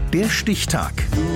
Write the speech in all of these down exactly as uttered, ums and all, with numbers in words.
Der Stichtag.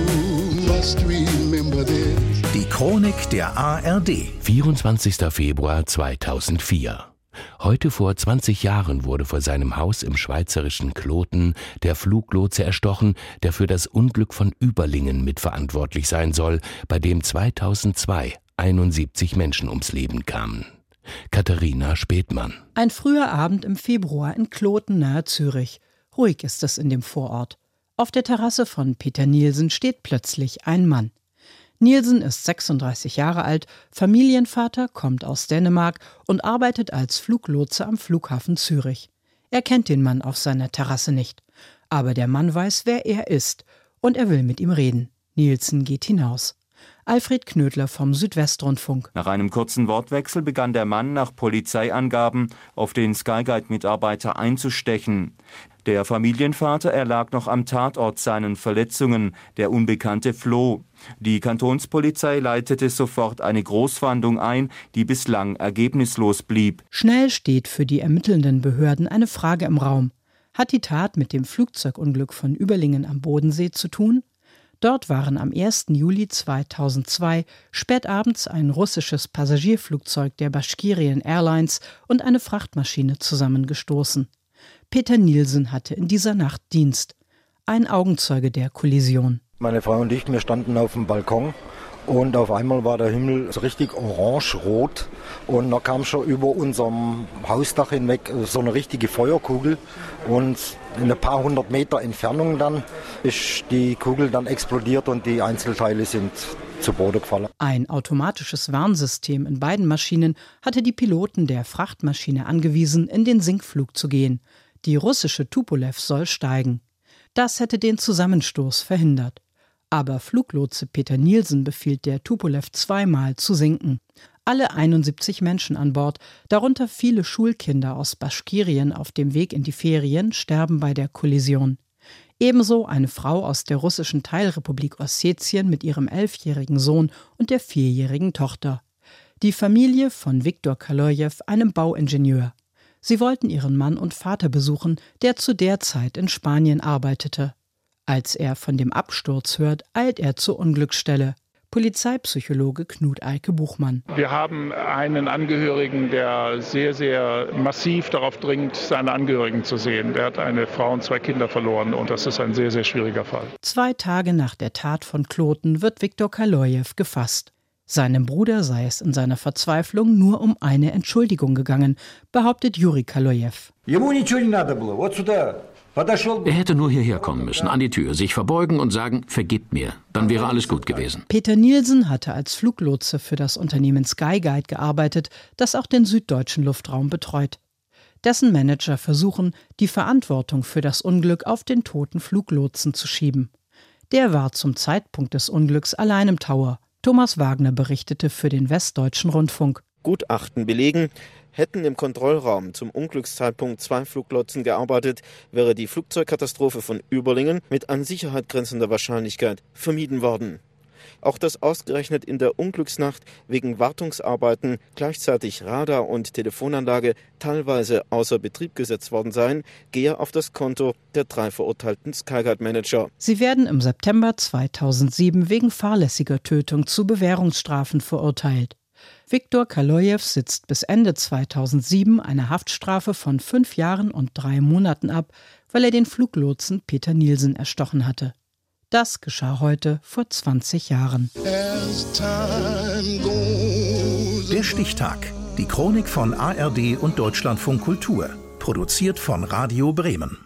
Die Chronik der A R D. vierundzwanzigster Februar zweitausendvier. Heute vor zwanzig Jahren wurde vor seinem Haus im schweizerischen Kloten der Fluglotse erstochen, der für das Unglück von Überlingen mitverantwortlich sein soll, bei dem zweitausendzwei einundsiebzig Menschen ums Leben kamen. Katharina Späthmann. Ein früher Abend im Februar in Kloten nahe Zürich. Ruhig ist es in dem Vorort. Auf der Terrasse von Peter Nielsen steht plötzlich ein Mann. Nielsen ist sechsunddreißig Jahre alt, Familienvater, kommt aus Dänemark und arbeitet als Fluglotse am Flughafen Zürich. Er kennt den Mann auf seiner Terrasse nicht. Aber der Mann weiß, wer er ist, und er will mit ihm reden. Nielsen geht hinaus. Alfred Knödler vom Südwestrundfunk. Nach einem kurzen Wortwechsel begann der Mann nach Polizeiangaben auf den Skyguide-Mitarbeiter einzustechen. Der Familienvater erlag noch am Tatort seinen Verletzungen. Der Unbekannte floh. Die Kantonspolizei leitete sofort eine Großfahndung ein, die bislang ergebnislos blieb. Schnell steht für die ermittelnden Behörden eine Frage im Raum. Hat die Tat mit dem Flugzeugunglück von Überlingen am Bodensee zu tun? Dort waren am ersten Juli zweitausendzwei spätabends ein russisches Passagierflugzeug der Bashkirian Airlines und eine Frachtmaschine zusammengestoßen. Peter Nielsen hatte in dieser Nacht Dienst. Ein Augenzeuge der Kollision. Meine Frau und ich, wir standen auf dem Balkon und auf einmal war der Himmel so richtig orange-rot und da kam schon über unserem Hausdach hinweg so eine richtige Feuerkugel und in ein paar hundert Meter Entfernung dann ist die Kugel dann explodiert und die Einzelteile sind zu Boden gefallen. Ein automatisches Warnsystem in beiden Maschinen hatte die Piloten der Frachtmaschine angewiesen, in den Sinkflug zu gehen. Die russische Tupolew soll steigen. Das hätte den Zusammenstoß verhindert. Aber Fluglotse Peter Nielsen befiehlt der Tupolew zweimal zu sinken. Alle einundsiebzig Menschen an Bord, darunter viele Schulkinder aus Baschkirien auf dem Weg in die Ferien, sterben bei der Kollision. Ebenso eine Frau aus der russischen Teilrepublik Ossetien mit ihrem elfjährigen Sohn und der vierjährigen Tochter. Die Familie von Viktor Kalojew, einem Bauingenieur. Sie wollten ihren Mann und Vater besuchen, der zu der Zeit in Spanien arbeitete. Als er von dem Absturz hört, eilt er zur Unglücksstelle. Polizeipsychologe Knut Eike Buchmann. Wir haben einen Angehörigen, der sehr, sehr massiv darauf dringt, seine Angehörigen zu sehen. Der hat eine Frau und zwei Kinder verloren und das ist ein sehr, sehr schwieriger Fall. Zwei Tage nach der Tat von Kloten wird Viktor Kalojew gefasst. Seinem Bruder sei es in seiner Verzweiflung nur um eine Entschuldigung gegangen, behauptet Juri Kalojew. Er hätte nur hierher kommen müssen, an die Tür, sich verbeugen und sagen, vergib mir. Dann wäre alles gut gewesen. Peter Nielsen hatte als Fluglotse für das Unternehmen Skyguide gearbeitet, das auch den süddeutschen Luftraum betreut. Dessen Manager versuchen, die Verantwortung für das Unglück auf den toten Fluglotsen zu schieben. Der war zum Zeitpunkt des Unglücks allein im Tower. Thomas Wagner berichtete für den Westdeutschen Rundfunk. Gutachten belegen, hätten im Kontrollraum zum Unglückszeitpunkt zwei Fluglotsen gearbeitet, wäre die Flugzeugkatastrophe von Überlingen mit an Sicherheit grenzender Wahrscheinlichkeit vermieden worden. Auch dass ausgerechnet in der Unglücksnacht wegen Wartungsarbeiten gleichzeitig Radar- und Telefonanlage teilweise außer Betrieb gesetzt worden seien, gehe auf das Konto der drei verurteilten Skyguide-Manager. Sie werden im September zweitausendsieben wegen fahrlässiger Tötung zu Bewährungsstrafen verurteilt. Viktor Kalojew sitzt bis Ende zweitausendsieben eine Haftstrafe von fünf Jahren und drei Monaten ab, weil er den Fluglotsen Peter Nielsen erstochen hatte. Das geschah heute vor zwanzig Jahren. Der Stichtag. Die Chronik von A R D und Deutschlandfunk Kultur. Produziert von Radio Bremen.